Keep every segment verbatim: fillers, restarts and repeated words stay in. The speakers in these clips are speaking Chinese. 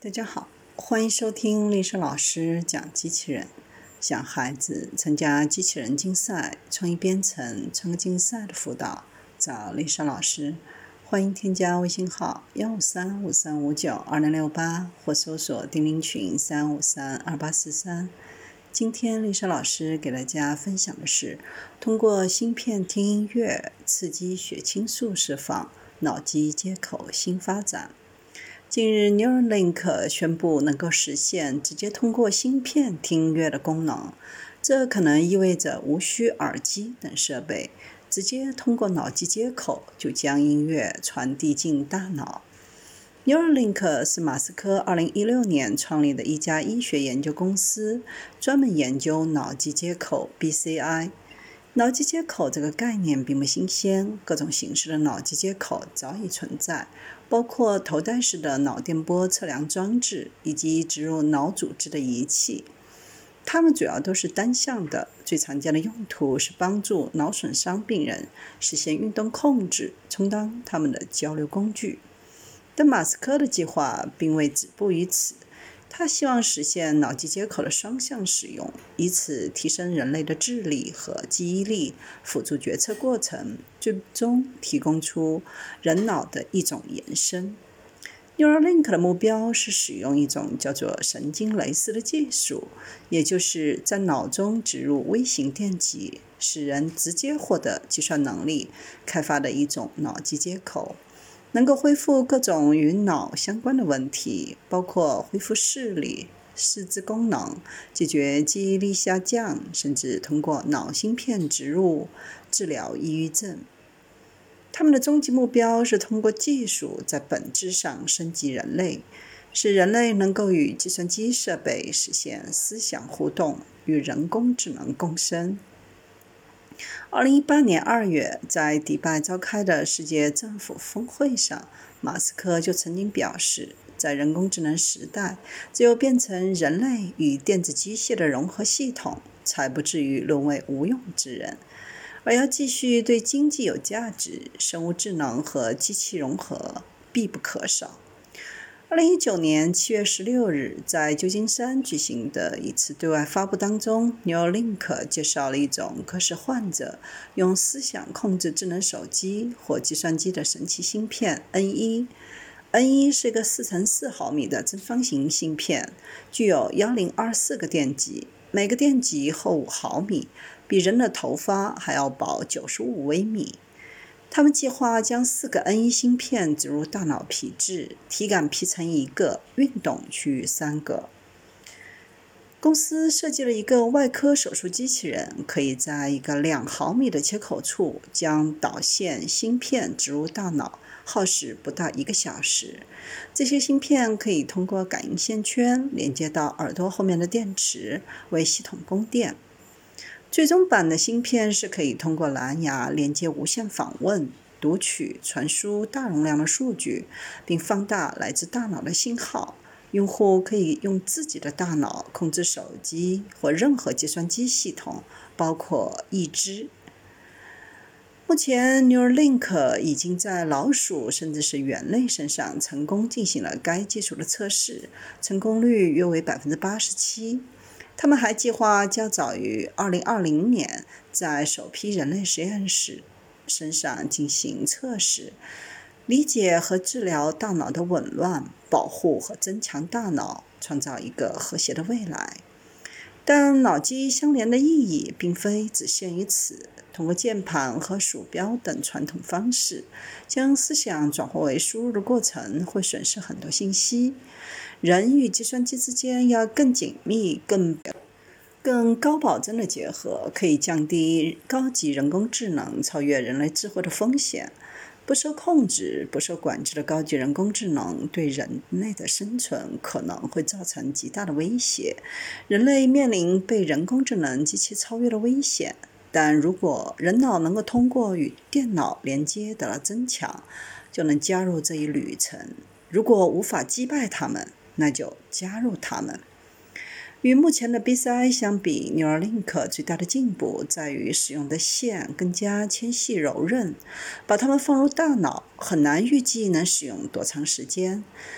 大家好，欢迎收听丽莎老师讲机器人。想孩子参加机器人竞赛、创意编程、创客竞赛的辅导，找丽莎老师。欢迎添加微信号幺五三五三五九二零六八或搜索钉钉群三五三二八四三。今天丽莎老师给大家分享的是，通过芯片听音乐，刺激血清素释放，脑机接口新发展。近日 Neuralink 宣布能够实现直接通过芯片听音乐的功能，这可能意味着无需耳机等设备，直接通过脑机接口就将音乐传递进大脑。Neuralink 是马斯克二零一六年创立的一家医学研究公司，专门研究脑机接口 B C I。脑机接口这个概念并不新鲜，各种形式的脑机接口早已存在，包括头戴式的脑电波测量装置以及植入脑组织的仪器。它们主要都是单向的，最常见的用途是帮助脑损伤病人实现运动控制，充当他们的交流工具。但马斯克的计划并未止步于此，他希望实现脑机接口的双向使用，以此提升人类的智力和记忆力，辅助决策过程，最终提供出人脑的一种延伸。Neuralink 的目标是使用一种叫做神经蕾丝的技术，也就是在脑中植入微型电极，使人直接获得计算能力，开发的一种脑机接口。能够恢复各种与脑相关的问题，包括恢复视力、四肢功能，解决记忆力下降，甚至通过脑芯片植入治疗抑郁症。他们的终极目标是通过技术在本质上升级人类，使人类能够与计算机设备实现思想互动，与人工智能共生。二零一八年二月，在迪拜召开的世界政府峰会上，马斯克就曾经表示，在人工智能时代，只有变成人类与电子机械的融合系统，才不至于沦为无用之人，而要继续对经济有价值，生物智能和机器融合必不可少。二零一九年七月十六日，在旧金山举行的一次对外发布当中， Neuralink 介绍了一种可使患者用思想控制智能手机或计算机的神奇芯片 N 一。N 一 是一个四乘四毫米的正方形芯片，具有一零二四个电极，每个电极厚五毫米，比人的头发还要薄九十五微米。他们计划将四个 N 一 芯片植入大脑皮质，体感皮层一个，运动区域三个。公司设计了一个外科手术机器人，可以在一个两毫米的切口处将导线芯片植入大脑，耗时不到一个小时。这些芯片可以通过感应线圈连接到耳朵后面的电池，为系统供电。最终版的芯片是可以通过蓝牙连接无线访问，读取、传输大容量的数据，并放大来自大脑的信号。用户可以用自己的大脑控制手机或任何计算机系统，包括义肢。目前 Neuralink 已经在老鼠甚至是猿类身上成功进行了该技术的测试，成功率约为 百分之八十七。他们还计划较早于二零二零年在首批人类实验室身上进行测试，理解和治疗大脑的紊乱，保护和增强大脑，创造一个和谐的未来。但脑机相连的意义并非只限于此，通过键盘和鼠标等传统方式将思想转化为输入的过程会损失很多信息。人与计算机之间要更紧密、更更高保真的结合，可以降低高级人工智能超越人类智慧的风险。不受控制、不受管制的高级人工智能对人类的生存可能会造成极大的威胁。人类面临被人工智能机器超越的危险，但如果人脑能够通过与电脑连接得到增强，就能加入这一旅程。如果无法击败他们，那就加入他们。与目前的 B C I 相比， Neuralink 最大的进步在于使用的线更加纤细柔韧，把它们放入大脑，很难预计能使用多长时间。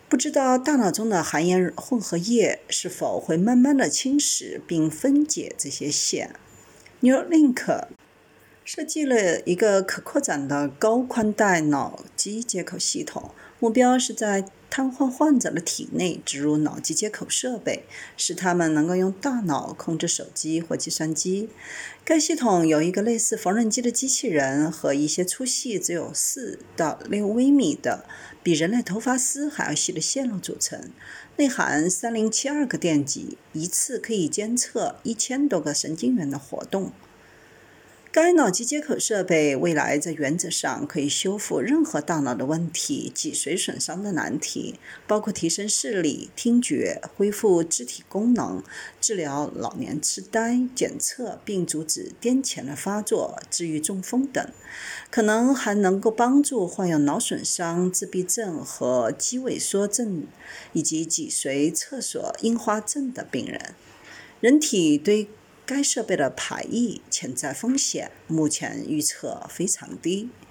不知道大脑中的含盐混合液是否会慢慢的侵蚀并分解这些线。Neuralink 设计了一个可扩展的高宽带脑机接口系统，目标是在瘫痪患者的体内植入脑机接口设备，使他们能够用大脑控制手机或计算机。该系统由一个类似缝纫机的机器人和一些粗细只有四到六微米的、比人类头发丝还要细的线路组成，内含三零七二个电极，一次可以监测一千多个神经元的活动。该脑机接口设备未来在原则上可以修复任何大脑的问题、脊髓损伤的难题，包括提升视力、听觉、恢复肢体功能、治疗老年痴呆、检测并阻止癫痫的发作、治愈中风等，可能还能够帮助患有脑损伤、自闭症和肌萎缩症以及脊髓侧索硬化症的病人。人体对该设备的排异潜在风险目前预测非常低。